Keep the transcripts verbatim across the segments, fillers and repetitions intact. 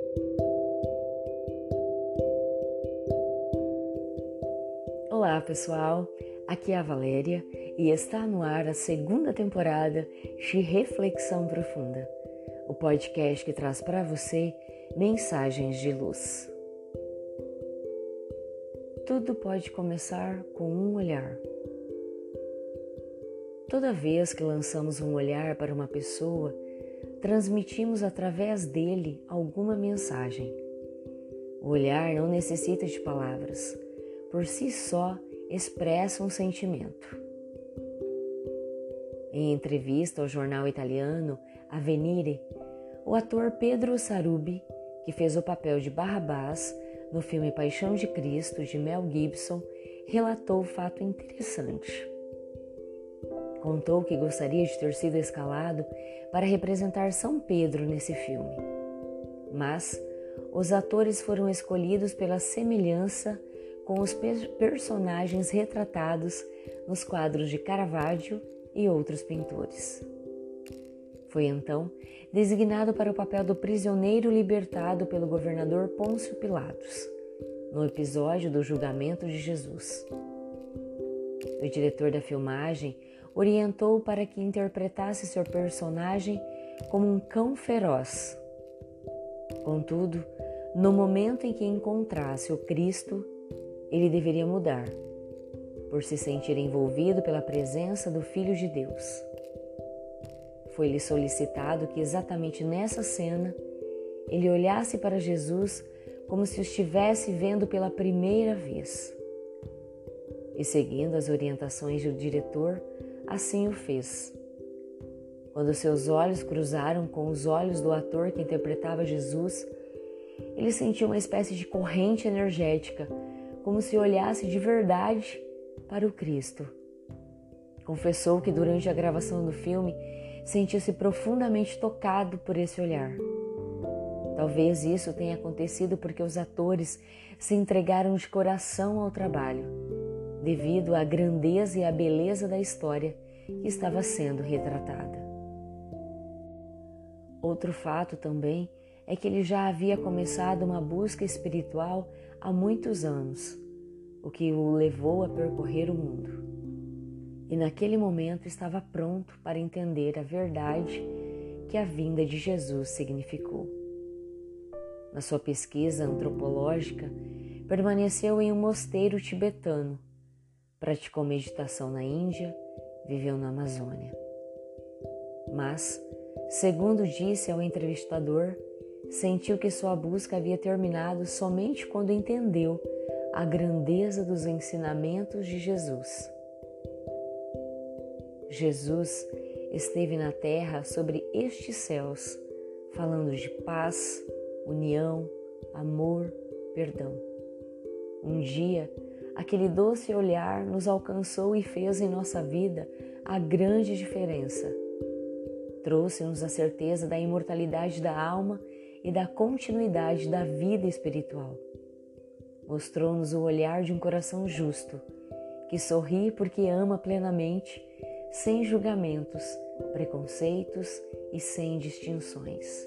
Olá pessoal, aqui é a Valéria e está no ar a segunda temporada de Reflexão Profunda, o podcast que traz para você mensagens de luz. Tudo pode começar com um olhar. Toda vez que lançamos um olhar para uma pessoa, transmitimos através dele alguma mensagem. O olhar não necessita de palavras, por si só expressa um sentimento. Em entrevista ao jornal italiano Avvenire, o ator Pedro Sarubi, que fez o papel de Barrabás no filme Paixão de Cristo de Mel Gibson, relatou um fato interessante. Contou que gostaria de ter sido escalado para representar São Pedro nesse filme, mas os atores foram escolhidos pela semelhança com os personagens retratados nos quadros de Caravaggio e outros pintores. Foi então designado para o papel do prisioneiro libertado pelo governador Pôncio Pilatos, no episódio do julgamento de Jesus. O diretor da filmagem orientou para que interpretasse seu personagem como um cão feroz. Contudo, no momento em que encontrasse o Cristo, ele deveria mudar, por se sentir envolvido pela presença do Filho de Deus. Foi-lhe solicitado que exatamente nessa cena ele olhasse para Jesus como se o estivesse vendo pela primeira vez. E seguindo as orientações do diretor, assim o fez. Quando seus olhos cruzaram com os olhos do ator que interpretava Jesus, ele sentiu uma espécie de corrente energética, como se olhasse de verdade para o Cristo. Confessou que durante a gravação do filme sentiu-se profundamente tocado por esse olhar. Talvez isso tenha acontecido porque os atores se entregaram de coração ao trabalho, devido à grandeza e à beleza da história que estava sendo retratada. Outro fato também é que ele já havia começado uma busca espiritual há muitos anos, o que o levou a percorrer o mundo. E naquele momento estava pronto para entender a verdade que a vinda de Jesus significou. Na sua pesquisa antropológica, permaneceu em um mosteiro tibetano, praticou meditação na Índia, viveu na Amazônia. Mas, segundo disse ao entrevistador, sentiu que sua busca havia terminado somente quando entendeu a grandeza dos ensinamentos de Jesus. Jesus esteve na terra sobre estes céus, falando de paz, união, amor, perdão. Um dia, aquele doce olhar nos alcançou e fez em nossa vida a grande diferença. Trouxe-nos a certeza da imortalidade da alma e da continuidade da vida espiritual. Mostrou-nos o olhar de um coração justo, que sorri porque ama plenamente, sem julgamentos, preconceitos e sem distinções.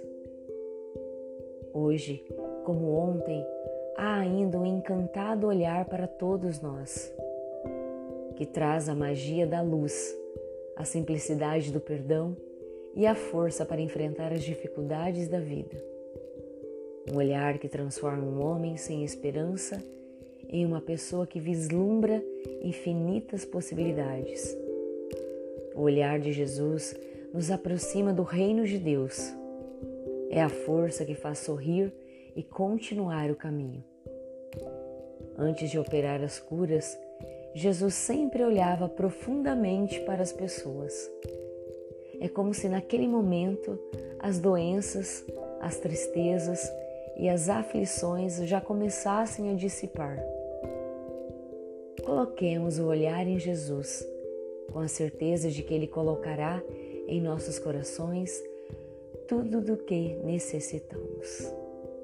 Hoje, como ontem, há ainda um encantado olhar para todos nós, que traz a magia da luz, a simplicidade do perdão e a força para enfrentar as dificuldades da vida. Um olhar que transforma um homem sem esperança em uma pessoa que vislumbra infinitas possibilidades. O olhar de Jesus nos aproxima do reino de Deus. É a força que faz sorrir e continuar o caminho. Antes de operar as curas, Jesus sempre olhava profundamente para as pessoas. É como se naquele momento as doenças, as tristezas e as aflições já começassem a dissipar. Coloquemos o olhar em Jesus, com a certeza de que Ele colocará em nossos corações tudo do que necessitamos.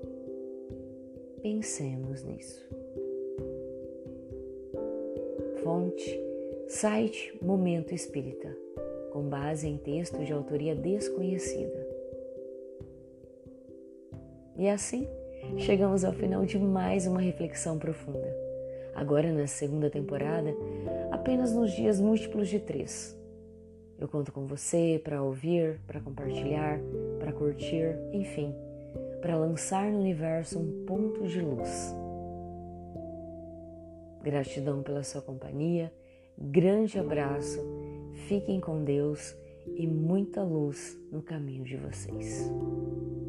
Pensemos nisso. Fonte, site Momento Espírita, com base em texto de autoria desconhecida. E assim, chegamos ao final de mais uma reflexão profunda. Agora, na segunda temporada, apenas nos dias múltiplos de três. Eu conto com você para ouvir, para compartilhar, para curtir, enfim, para lançar no universo um ponto de luz. Gratidão pela sua companhia, grande abraço, fiquem com Deus e muita luz no caminho de vocês.